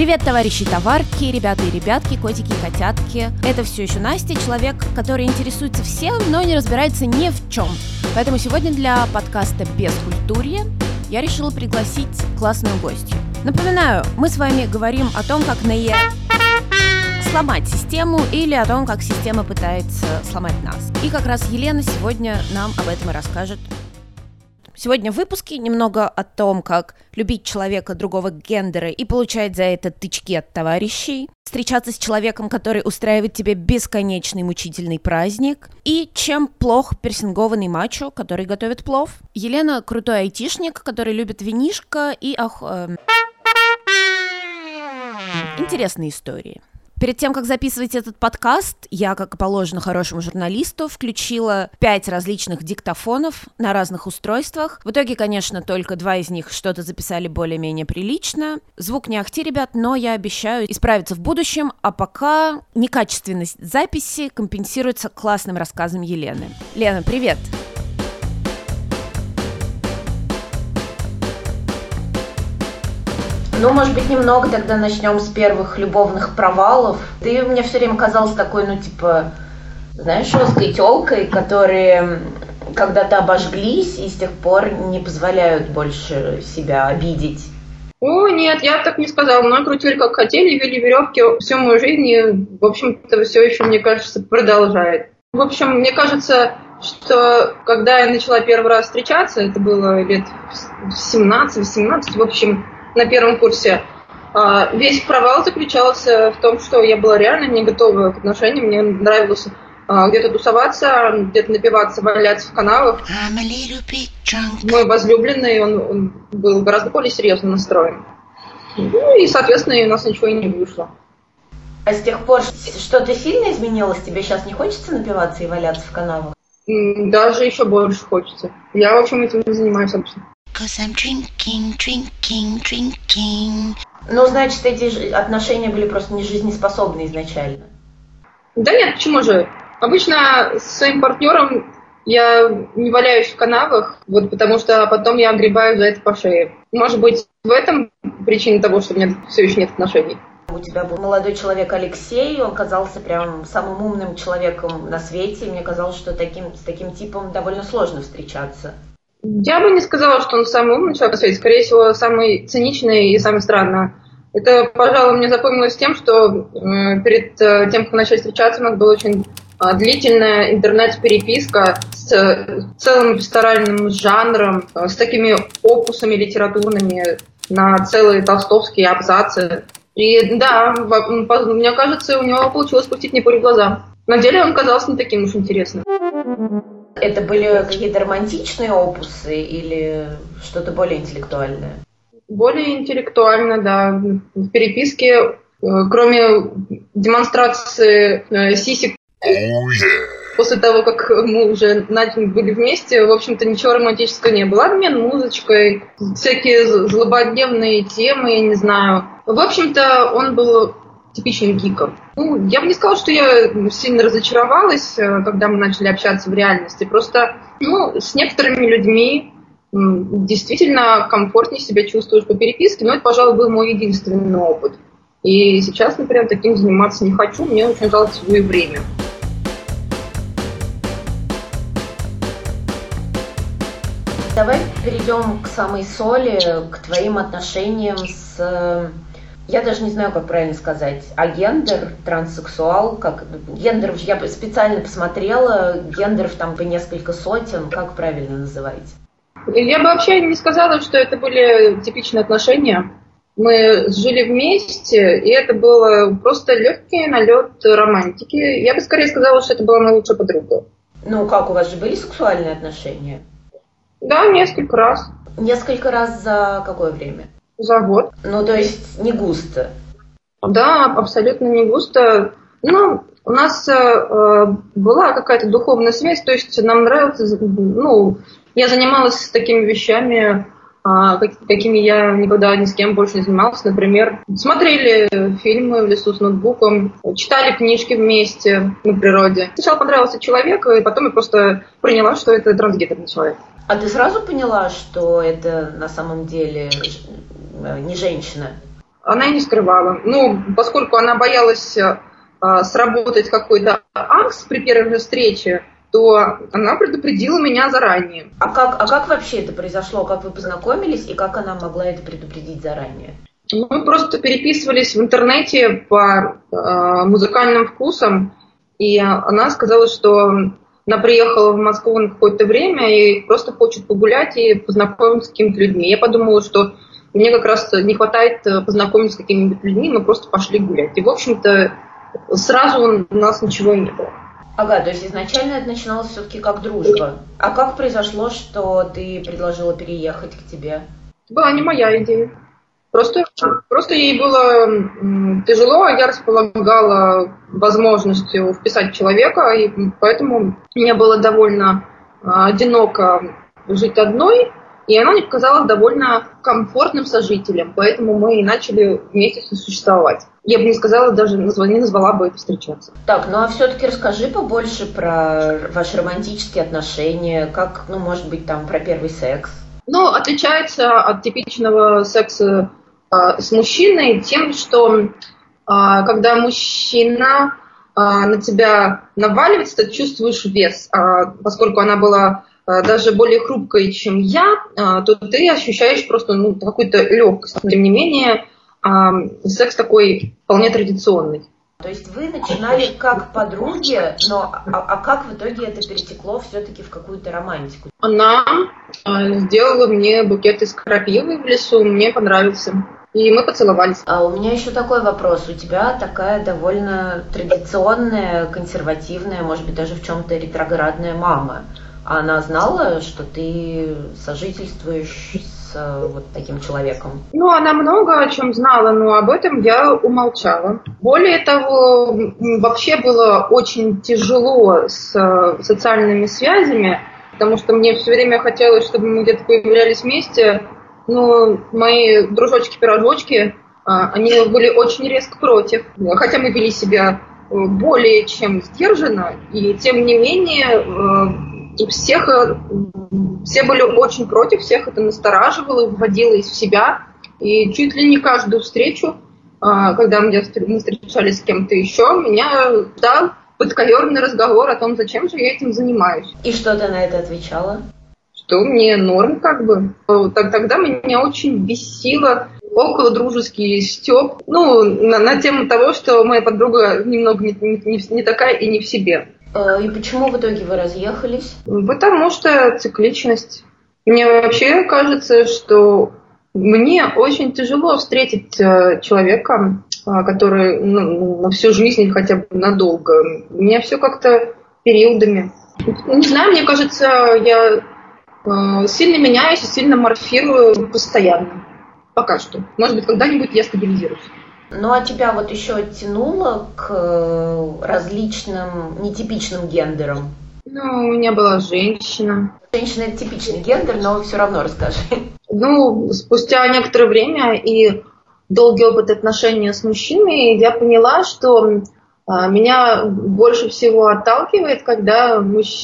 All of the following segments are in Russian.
Привет, товарищи и товарки, ребята и ребятки, котики и котятки. Это все еще Настя, человек, который интересуется всем, но не разбирается ни в чем. Поэтому сегодня для подкаста «Бескультурье» я решила пригласить классную гостью. Напоминаю, мы с вами говорим о том, как сломать систему или о том, как система пытается сломать нас. И как раз Елена сегодня нам об этом и расскажет. Сегодня в выпуске немного о том, как любить человека другого гендера и получать за это тычки от товарищей, встречаться с человеком, который устраивает тебе бесконечный мучительный праздник, и чем плох пирсингованный мачо, который готовит плов. Елена крутой айтишник, который любит винишко и интересные истории. Перед тем, как записывать этот подкаст, я, как и положено хорошему журналисту, включила 5 различных диктофонов на разных устройствах. В итоге, конечно, только 2 из них что-то записали более-менее прилично. Звук не ахти, ребят, но я обещаю исправиться в будущем, а пока некачественность записи компенсируется классным рассказом Елены. Лена, привет! Ну, может быть, немного тогда начнем с первых любовных провалов. Ты мне все время казалась такой, знаешь, жесткой тёлкой, которые когда-то обожглись и с тех пор не позволяют больше себя обидеть. О, нет, я так не сказала. Мной крутили как хотели, вели веревки всю мою жизнь, и, в общем-то, все еще, мне кажется, продолжает. В общем, мне кажется, что когда я начала первый раз встречаться, это было лет 17-18, в общем, на первом курсе, весь провал заключался в том, что я была реально не готова к отношениям. Мне нравилось где-то тусоваться, где-то напиваться, валяться в канавах. Мой возлюбленный, он был гораздо более серьезно настроен. Ну и, соответственно, у нас ничего и не вышло. А с тех пор что-то сильно изменилось? Тебе сейчас не хочется напиваться и валяться в канавах? Даже еще больше хочется. Я, в общем, этим не занимаюсь обычно. Ну, значит, эти отношения были просто не жизнеспособны изначально. Да нет, почему же? Обычно с своим партнером я не валяюсь в канавах, потому что потом я огребаю за это по шее. Может быть, в этом причина того, что у меня все еще нет отношений. У тебя был молодой человек Алексей, он казался прям самым умным человеком на свете. Мне казалось, что с таким типом довольно сложно встречаться. Я бы не сказала, что он самый умный человек на свете, скорее всего, самый циничный и самый странный. Это, пожалуй, мне запомнилось тем, что перед тем, как начать встречаться, у нас была очень длительная интернет-переписка с целым пасторальным жанром, с такими опусами литературными на целые толстовские абзацы. И да, мне кажется, у него получилось пустить мне пыль в глаза. На деле он казался не таким уж интересным. Это были какие-то романтичные опусы или что-то более интеллектуальное? Более интеллектуально, да. В переписке, кроме демонстрации сисек, после того, как мы уже были вместе, в общем-то, ничего романтического не было. Обмен музычкой, всякие злободневные темы, я не знаю. В общем-то, он был типичным гиком. Я бы не сказала, что я сильно разочаровалась, когда мы начали общаться в реальности. Просто, с некоторыми людьми действительно комфортнее себя чувствуешь по переписке, но это, пожалуй, был мой единственный опыт. И сейчас, например, таким заниматься не хочу, мне очень жалко свое время. Давай перейдем к самой соли, к твоим отношениям с... Я даже не знаю, как правильно сказать. Агендер, транссексуал, как гендеров, я специально посмотрела, гендеров там по несколько сотен, как правильно называть? Я бы вообще не сказала, что это были типичные отношения. Мы жили вместе, и это было просто легкий налет романтики. Я бы скорее сказала, что это была моя лучшая подруга. Ну как, у вас же были сексуальные отношения? Да, несколько раз. Несколько раз за какое время? За год. Ну, то есть не густо? Да, абсолютно не густо. У нас была какая-то духовная связь, то есть нам нравилось, я занималась такими вещами, какими я никогда ни с кем больше не занималась. Например, смотрели фильмы в лесу с ноутбуком, читали книжки вместе на природе. Сначала понравился человек, и потом я просто поняла, что это трансгендерный человек. А ты сразу поняла, что это на самом деле не женщина? она и не скрывала. Ну, поскольку она боялась сработать какой-то ангст при первой же встрече, то она предупредила меня заранее. А как вообще это произошло? Как вы познакомились и как она могла это предупредить заранее? Мы просто переписывались в интернете по музыкальным вкусам, и она сказала, что она приехала в Москву на какое-то время и просто хочет погулять и познакомиться с какими-то людьми. Я подумала, что мне как раз не хватает познакомиться с какими-нибудь людьми, мы просто пошли гулять. И, в общем-то, сразу у нас ничего и не было. Ага, то есть изначально это начиналось все-таки как дружба. А как произошло, что ты предложила переехать к тебе? Это была не моя идея. Просто ей было тяжело, а я располагала возможностью вписать человека, и поэтому мне было довольно одиноко жить одной, и она мне показалась довольно комфортным сожителем, поэтому мы и начали вместе существовать. Я бы не сказала, даже не назвала бы это встречаться. Так, ну а все-таки расскажи побольше про ваши романтические отношения, как, ну, может быть, там, про первый секс. Ну, отличается от типичного секса с мужчиной тем, что когда мужчина на тебя наваливается, ты чувствуешь вес. Поскольку она была даже более хрупкой, чем я, то ты ощущаешь просто какую-то легкость. Тем не менее, секс такой вполне традиционный. То есть вы начинали как подруги, но как в итоге это перетекло все-таки в какую-то романтику? Она сделала мне букет из крапивы в лесу, мне понравился. И мы поцеловались. А у меня еще такой вопрос. У тебя такая довольно традиционная, консервативная, может быть, даже в чем-то ретроградная мама. А она знала, что ты сожительствуешь с вот таким человеком? Ну, она много о чем знала, но об этом я умолчала. Более того, вообще было очень тяжело с социальными связями, потому что мне все время хотелось, чтобы мы где-то появлялись вместе. Но мои дружочки-пирожочки, они были очень резко против. Хотя мы вели себя более чем сдержанно, и тем не менее все были очень против, всех это настораживало, вводило из себя. И чуть ли не каждую встречу, когда мы встречались с кем-то еще, меня ждал подковерный разговор о том, зачем же я этим занимаюсь. И что ты на это отвечала? Что мне норм как бы. Тогда меня очень бесило около дружеский стёб. На тему того, что моя подруга немного не такая и не в себе. И почему в итоге вы разъехались? Потому что цикличность. Мне вообще кажется, что мне очень тяжело встретить человека, который на всю жизнь или хотя бы надолго. У меня все как-то периодами. Не знаю, мне кажется, я сильно меняюсь и сильно морфирую постоянно. Пока что. Может быть, когда-нибудь я стабилизируюсь. Ну, а тебя вот еще тянуло к различным нетипичным гендерам? Ну, у меня была женщина. Женщина – это типичный гендер, но все равно расскажи. Спустя некоторое время и долгий опыт отношений с мужчиной, я поняла, что меня больше всего отталкивает, когда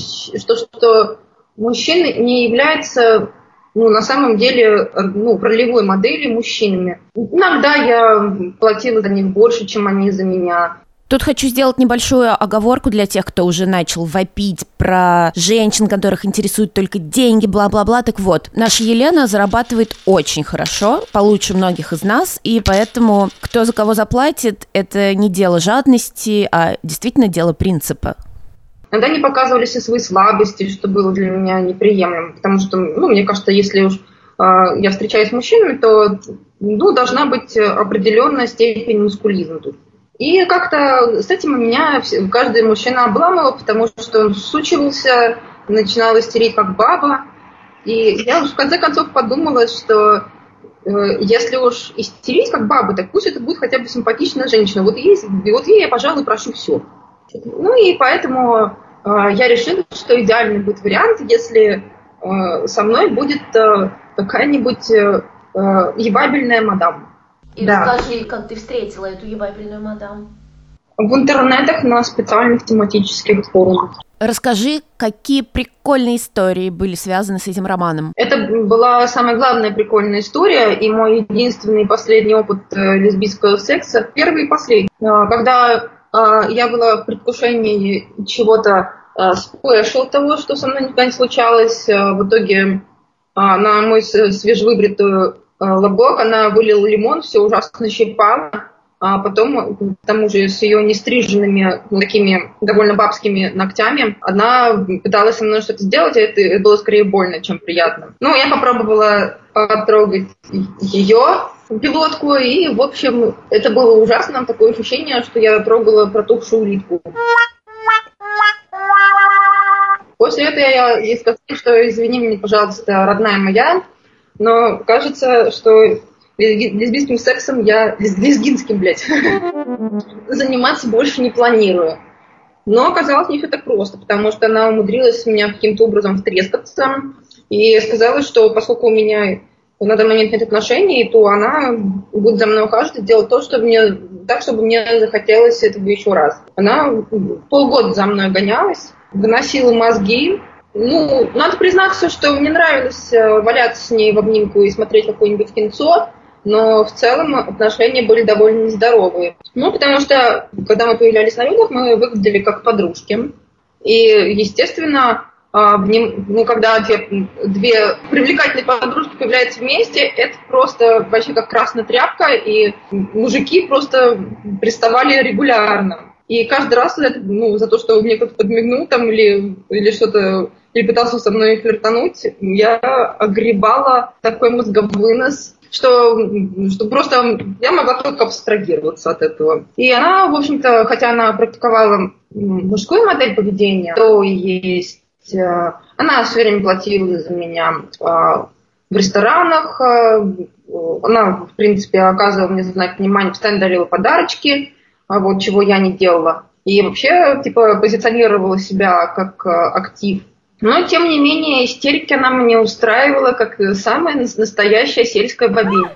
мужчина не является, на самом деле, ролевой моделью мужчинами. Иногда я платила за них больше, чем они за меня. Тут хочу сделать небольшую оговорку для тех, кто уже начал вопить про женщин, которых интересуют только деньги, бла-бла-бла. Так вот, наша Елена зарабатывает очень хорошо, получше многих из нас, и поэтому кто за кого заплатит, это не дело жадности, а действительно дело принципа. Иногда не показывали все свои слабости, что было для меня неприемлемо, потому что, мне кажется, если уж я встречаюсь с мужчинами, то должна быть определенная степень мускулизма тут. И как-то с этим меня каждый мужчина обламывал, потому что он сучивался, начинал истерить как баба. И я уж в конце концов подумала, что если уж истерить как баба, так пусть это будет хотя бы симпатичная женщина. Вот ей я, пожалуй, прошу все. И поэтому я решила, что идеальный будет вариант, если со мной будет какая-нибудь ебабельная мадам. И расскажи, как ты встретила эту ебабельную мадам. В интернетах на специальных тематических форумах. Расскажи, какие прикольные истории были связаны с этим романом? Это была самая главная прикольная история и мой единственный последний опыт лесбийского секса. Первый и последний. Когда я была в предвкушении чего-то спешл, того, что со мной никогда не случалось, в итоге на мой свежевыбритый лобок она вылила лимон, все ужасно щипало. А потом, к тому же, с ее нестриженными, такими довольно бабскими ногтями, она пыталась со мной что-то сделать, и это было скорее больно, чем приятно. Ну, я попробовала потрогать ее пилотку, и, в общем, это было ужасно, такое ощущение, что я трогала протухшую улитку. После этого я ей сказала, что извини меня, пожалуйста, родная моя, но кажется, что лесбийским сексом я... Лесбийским, блядь. Заниматься больше не планирую. Но оказалось не все так просто, потому что она умудрилась меня каким-то образом втрескаться и сказала, что поскольку у меня на данный момент нет отношений, то она будет за мной ухаживать и делать то, что мне... так, чтобы мне захотелось этого еще раз. Она полгода за мной гонялась, выносила мозги. Ну, надо признаться, что мне нравилось валяться с ней в обнимку и смотреть какое-нибудь кинцо, но в целом отношения были довольно нездоровые. Ну, потому что, когда мы появлялись на людях, мы выглядели как подружки. И, естественно, когда две привлекательные подружки появляются вместе, это просто вообще как красная тряпка, и мужики просто приставали регулярно. И каждый раз за то, что мне кто-то подмигнул там или что-то, или пытался со мной флиртануть, я огребала такой мозговынос, что просто я могла только абстрагироваться от этого. И она, в общем-то, хотя она практиковала мужскую модель поведения, то есть она все время платила за меня в ресторанах, она, в принципе, оказывала мне знак внимания, постоянно дарила подарочки, вот чего я не делала. И вообще, позиционировала себя как актив. Но, тем не менее, истерики она мне устраивала, как самая настоящая сельская бабиня.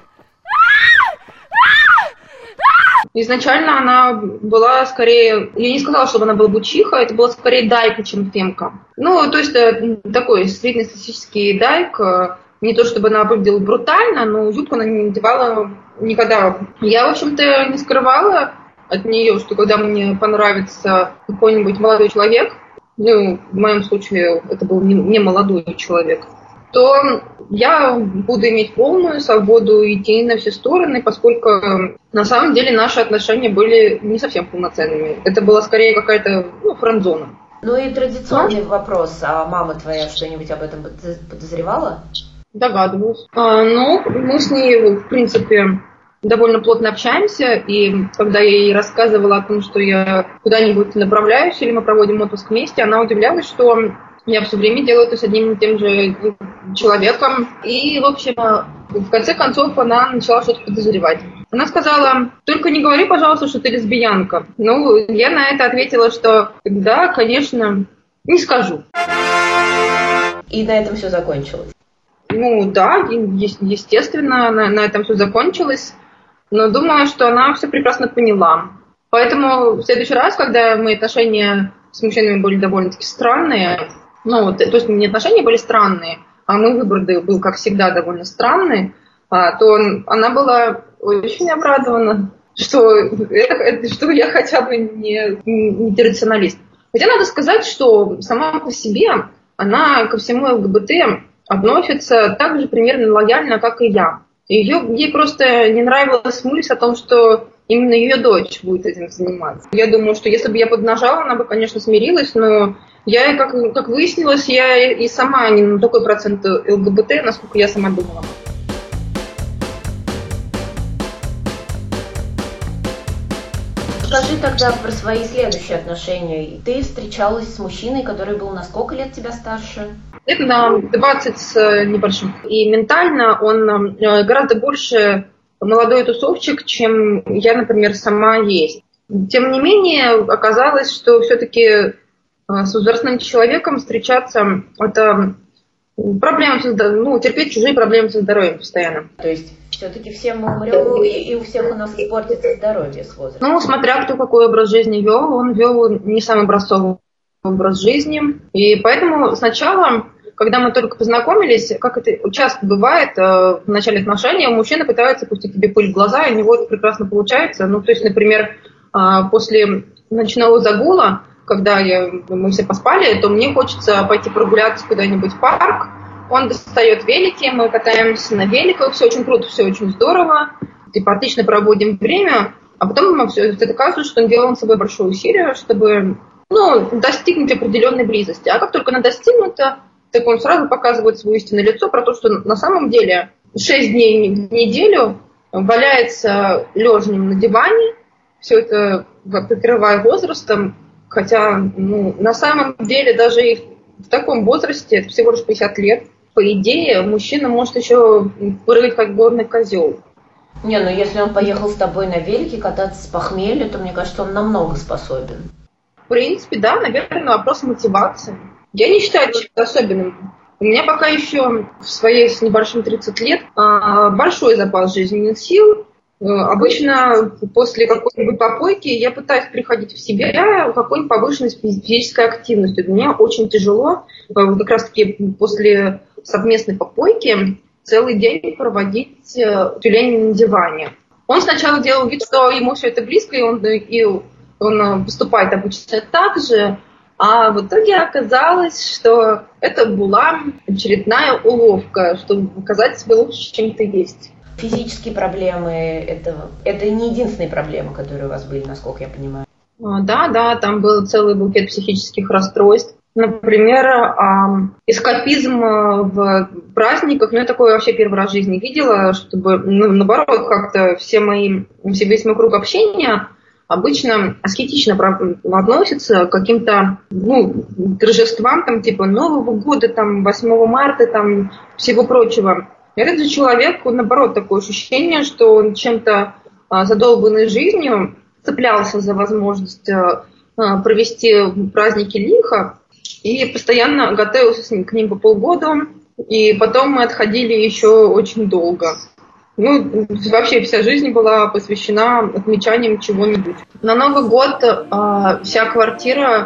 Изначально она была скорее... Я не сказала, чтобы она была бучиха, это была скорее дайка, чем фемка. Ну, то есть такой среднестатистический дайк. Не то, чтобы она выглядела брутально, но юбку она не надевала никогда. Я, в общем-то, не скрывала от нее, что когда мне понравится какой-нибудь молодой человек, ну, в моем случае это был не молодой человек, то я буду иметь полную свободу идти на все стороны, поскольку на самом деле наши отношения были не совсем полноценными. Это была скорее какая-то френдзона. Ну и традиционный вопрос, а мама твоя что-нибудь об этом подозревала? Догадываюсь. Мы с ней, в принципе, довольно плотно общаемся, и когда я ей рассказывала о том, что я куда-нибудь направляюсь или мы проводим отпуск вместе, она удивлялась, что я все время делаю это с одним и тем же человеком. И, в общем, в конце концов она начала что-то подозревать. Она сказала: только не говори, пожалуйста, что ты лесбиянка. Ну, я на это ответила, что да, конечно, не скажу. И на этом все закончилось? Ну да, естественно, на этом все закончилось. Но думаю, что она все прекрасно поняла. Поэтому в следующий раз, когда мои отношения с мужчинами были довольно-таки странные, то есть не отношения были странные, а мой выбор был, как всегда, довольно странный, то она была очень обрадована, что я хотя бы не традиционалист. Хотя надо сказать, что сама по себе она ко всему ЛГБТ относится так же примерно лояльно, как и я. Ей просто не нравилась мысль о том, что именно ее дочь будет этим заниматься. Я думаю, что если бы я поднажала, она бы, конечно, смирилась, но я, как выяснилось, я и сама не на такой процент ЛГБТ, насколько я сама думала. Скажи тогда про свои следующие отношения. Ты встречалась с мужчиной, который был на сколько лет тебя старше? Это на 20 с небольшим. И ментально он гораздо больше молодой тусовщик, чем я, например, сама есть. Тем не менее, оказалось, что все-таки с возрастным человеком встречаться – это проблема, терпеть чужие проблемы со здоровьем постоянно. То есть Все-таки все мы умрем, и у всех у нас испортится здоровье с возрастом. Ну, смотря кто какой образ жизни вел, он вел не самый образцовый образ жизни. И поэтому сначала, когда мы только познакомились, как это часто бывает в начале отношений, мужчина пытается пустить тебе пыль в глаза, и у него это прекрасно получается. Ну, то есть, например, после ночного загула, когда мы все поспали, то мне хочется пойти прогуляться куда-нибудь в парк. Он достает велики, мы катаемся на великах, все очень круто, все очень здорово, типа отлично проводим время, а потом нам все это оказывается, что он делал над собой большое усилие, чтобы достигнуть определенной близости. А как только она достигнута, так он сразу показывает свое истинное лицо про то, что на самом деле 6 дней в неделю валяется лежнем на диване, все это прикрывая возрастом, хотя на самом деле даже и в таком возрасте, это всего лишь 50 лет, по идее, мужчина может еще прыгать как горный козел. Не, если он поехал с тобой на велике кататься с похмелья, то мне кажется, он намного способен. В принципе, да, наверное, вопрос мотивации. Я не считаю это чем-то особенным. У меня пока еще в своей с небольшим 30 лет большой запас жизненных сил. Обычно после какой-нибудь попойки я пытаюсь приходить в себя какой-нибудь повышенной физической активностью. Мне очень тяжело как раз-таки после совместной попойки целый день проводить тюлень на диване. Он сначала делал вид, что ему все это близко, и он поступает обычно так же, а в итоге оказалось, что это была очередная уловка, чтобы показать себя лучше, чем ты есть. Физические проблемы это не единственные проблемы, которые у вас были, насколько я понимаю. Да, там был целый букет психических расстройств. Например, эскапизм в праздниках, я такое вообще первый раз в жизни видела, чтобы, наоборот, как-то весь мой круг общения обычно аскетично относится к каким-то торжествам, там, типа Нового года, там, 8 марта, там, всего прочего. Этот же человек, наоборот, такое ощущение, что он чем-то задолбанный жизнью цеплялся за возможность провести праздники лихо и постоянно готовился к ним по полгода, и потом мы отходили еще очень долго. Вообще вся жизнь была посвящена отмечаниям чего-нибудь. На Новый год вся квартира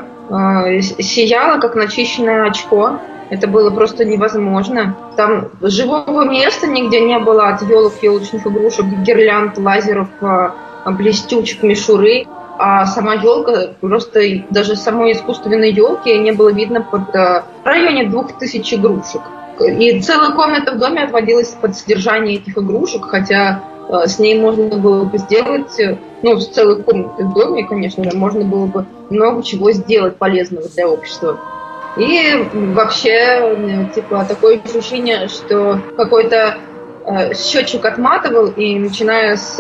сияла, как начищенное очко. Это было просто невозможно. Там живого места нигде не было от елок, елочных игрушек, гирлянд, лазеров, блестючек, мишуры. А сама елка, просто даже самой искусственной елки не было видно в районе 2000 игрушек. И целая комната в доме отводилась под содержание этих игрушек, хотя с ней можно было бы сделать, с целой комнатой в доме, конечно же, можно было бы много чего сделать полезного для общества. И вообще, такое ощущение, что какой-то счетчик отматывал, и начиная с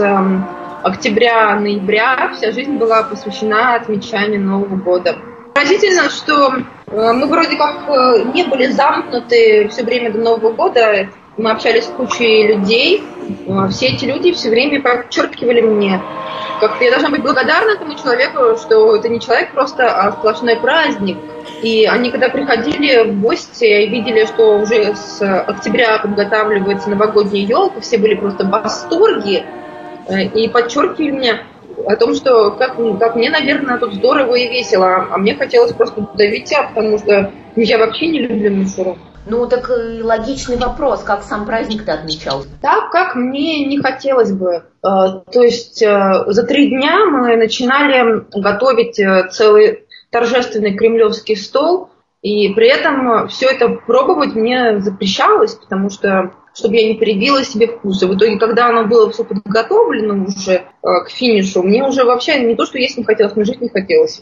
октября-ноября вся жизнь была посвящена отмечанию Нового года. Поразительно, что мы вроде как не были замкнуты все время до Нового года. Мы общались с кучей людей. Все эти люди все время подчеркивали мне, как я должна быть благодарна этому человеку, что это не человек просто, а сплошной праздник. И они, когда приходили в гости и видели, что уже с октября подготавливается новогодняя елка, все были просто в восторге и подчеркивали мне о том, что как мне, наверное, тут здорово и весело, а мне хотелось просто давить, потому что я вообще не люблю мишуру. Так логичный вопрос, как сам праздник-то отмечался? Так, как мне не хотелось бы. То есть за 3 дня мы начинали готовить целый торжественный кремлевский стол, и при этом все это пробовать мне запрещалось, потому что, чтобы я не привила себе вкуса. В итоге, когда оно было все подготовлено уже к финишу, мне уже вообще не то, что есть не хотелось, мне жить не хотелось.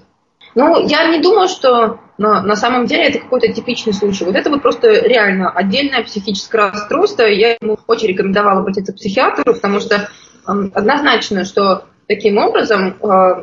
Я не думаю, что на самом деле это какой-то типичный случай. Вот это вот просто реально отдельное психическое расстройство. Я ему очень рекомендовала обратиться к психиатру, потому что однозначно, что таким образом,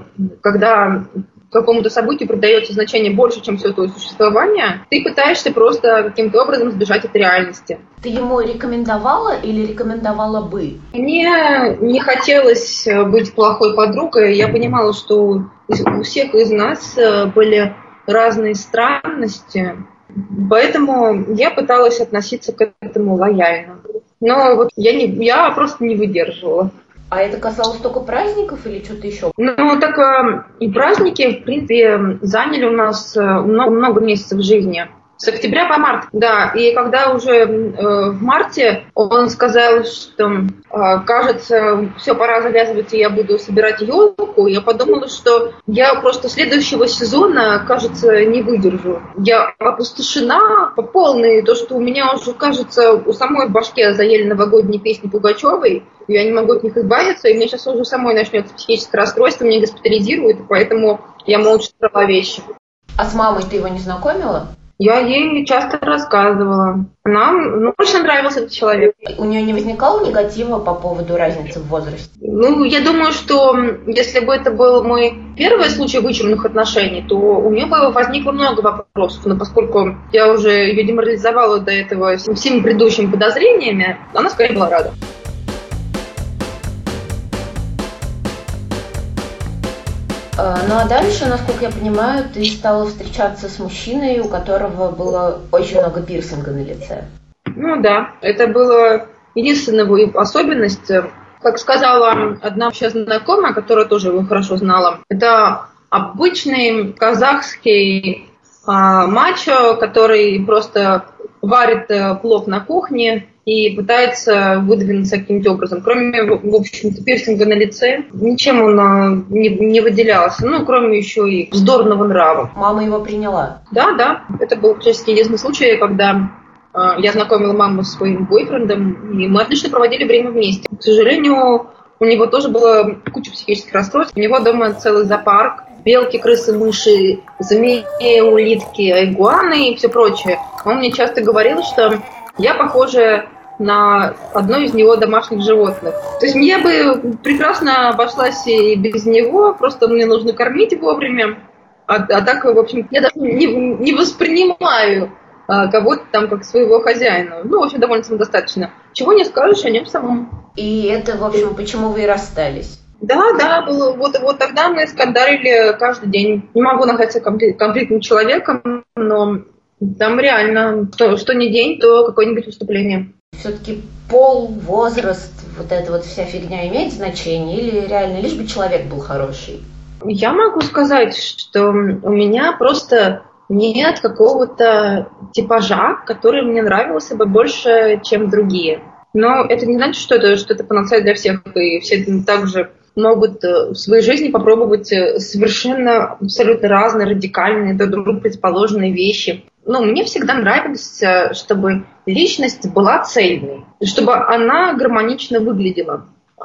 когда какому-то событию придается значение больше, чем все твое существование, ты пытаешься просто каким-то образом сбежать от реальности. Ты ему рекомендовала или рекомендовала бы? Мне не хотелось быть плохой подругой. Я понимала, что у всех из нас были разные странности, поэтому я пыталась относиться к этому лояльно. Но вот я просто не выдерживала. А это касалось только праздников или что-то еще? Ну, так и праздники, в принципе, заняли у нас много месяцев жизни. С октября по март, да. И когда уже в марте он сказал, что, кажется, все, пора завязывать, и я буду собирать елку, я подумала, что я просто следующего сезона, кажется, не выдержу. Я опустошена по полной, то, что у меня уже, кажется, у самой в башке заели новогодние песни Пугачевой, я не могу от них избавиться, и мне сейчас уже самой начнется психическое расстройство, меня госпитализируют, и поэтому я молча собрала вещи. А с мамой ты его не знакомила? Я ей часто рассказывала. Она, очень нравился этот человек. У нее не возникало негатива по поводу разницы в возрасте? Я думаю, что если бы это был мой первый случай вычурных отношений, то у нее бы возникло много вопросов. Но поскольку я уже ее деморализовала до этого всеми предыдущими подозрениями, она скорее была рада. Ну а дальше, насколько я понимаю, ты стала встречаться с мужчиной, у которого было очень много пирсинга на лице. Ну да, это была единственная его особенность. Как сказала одна общая знакомая, которая тоже его хорошо знала, это обычный казахский мачо, который просто варит плов на кухне и пытается выдвинуться каким-то образом. Кроме, в общем-то, пирсинга на лице, ничем он не выделялся. Кроме еще и вздорного нрава. Мама его приняла? Да. Это был практически единственный случай, когда я знакомила маму с своим бойфрендом, и мы отлично проводили время вместе. К сожалению, у него тоже было куча психических расстройств. У него дома целый зоопарк. Белки, крысы, мыши, змеи, улитки, игуаны и все прочее. Он мне часто говорил, что я похожа на одно из него домашних животных. То есть мне бы прекрасно обошлась и без него, просто мне нужно кормить вовремя. А так, в общем, я даже не воспринимаю кого-то там как своего хозяина. В общем, довольно самодостаточно. Чего не скажешь о нем самом. И это, в общем, почему вы и расстались? Да, было. Вот тогда мы скандалили каждый день. Не могу назвать себя конфликтным человеком, но там реально, что не день, то какое-нибудь выступление. Все-таки пол, возраст, вот эта вот вся фигня имеет значение? Или реально лишь бы человек был хороший? Я могу сказать, что у меня просто нет какого-то типажа, который мне нравился бы больше, чем другие. Но это не значит, что это панацея для всех, и все также могут в своей жизни попробовать совершенно абсолютно разные, радикальные, друг другу противоположные вещи. Мне всегда нравилось, чтобы личность была цельной, чтобы она гармонично выглядела.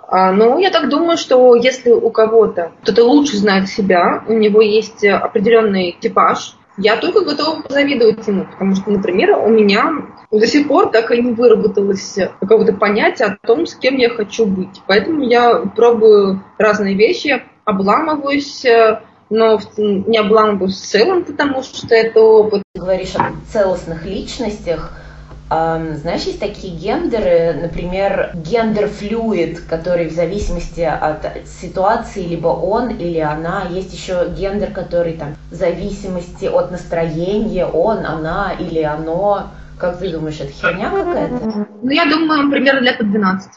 Я так думаю, что если у кого-то кто-то лучше знает себя, у него есть определенный типаж, я только готова позавидовать ему, потому что, например, у меня до сих пор так и не выработалось какого-то понятия о том, с кем я хочу быть. Поэтому я пробую разные вещи, обламываюсь, но не обламываюсь в целом, потому что это опыт. Ты говоришь о целостных личностях. Знаешь, есть такие гендеры, например, гендер-флюид, который в зависимости от ситуации либо он или она. Есть еще гендер, который там в зависимости от настроения, он, она или оно. Как ты думаешь, это херня какая-то? Я думаю, примерно лет по 12.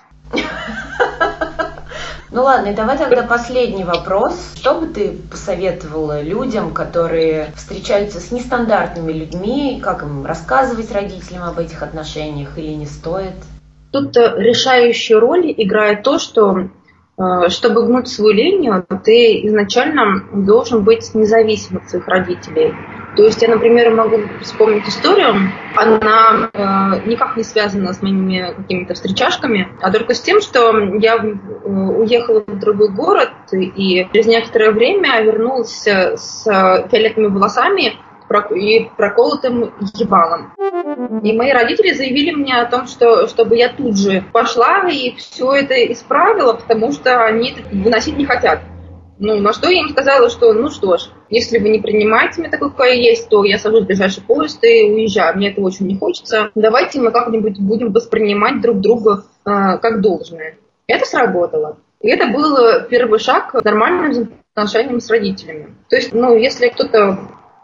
Ну ладно, и давай тогда последний вопрос. Что бы ты посоветовала людям, которые встречаются с нестандартными людьми? Как им рассказывать родителям об этих отношениях или не стоит? Тут решающую роль играет то, что чтобы гнуть свою линию, ты изначально должен быть независим от своих родителей. То есть я, например, могу вспомнить историю, она никак не связана с моими какими-то встречашками, а только с тем, что я уехала в другой город и через некоторое время вернулась с фиолетовыми волосами и проколотым ебалом. И мои родители заявили мне о том, что чтобы я тут же пошла и все это исправила, потому что они это выносить не хотят. На что я им сказала, что что ж, если вы не принимаете меня такой, какая есть, то я сажусь в ближайший поезд и уезжаю. Мне это очень не хочется. Давайте мы как-нибудь будем воспринимать друг друга как должное. Это сработало. И это был первый шаг к нормальным отношениям с родителями. То есть, если кто-то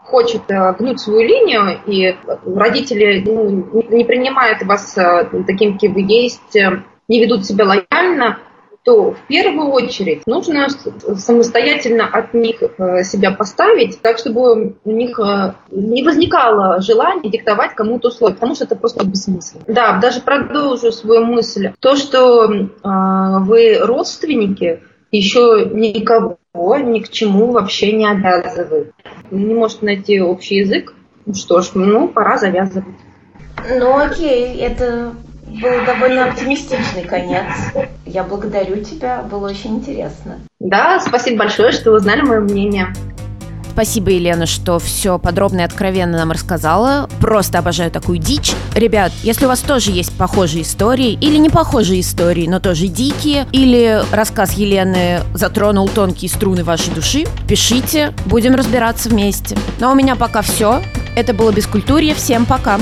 хочет гнуть свою линию, и родители не принимают вас таким, каким вы есть, не ведут себя лояльно, то в первую очередь нужно самостоятельно от них себя поставить, так чтобы у них не возникало желания диктовать кому-то условия, потому что это просто бессмысленно. Да, даже продолжу свою мысль. То, что вы родственники, еще никого ни к чему вообще не обязывает. Не может найти общий язык. Ну что ж, пора завязывать. Ну окей, это был довольно оптимистичный конец. Я благодарю тебя, было очень интересно. Да, спасибо большое, что узнали мое мнение. Спасибо, Елена, что все подробно и откровенно нам рассказала. Просто обожаю такую дичь. Ребят, если у вас тоже есть похожие истории или не похожие истории, но тоже дикие, или рассказ Елены затронул тонкие струны вашей души, пишите, будем разбираться вместе. Ну а у меня пока все. Это было Бескультурье. Всем пока.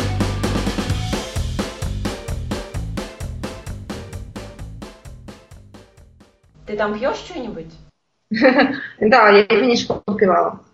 Ты там пьешь что-нибудь? Да, я винишко попивала.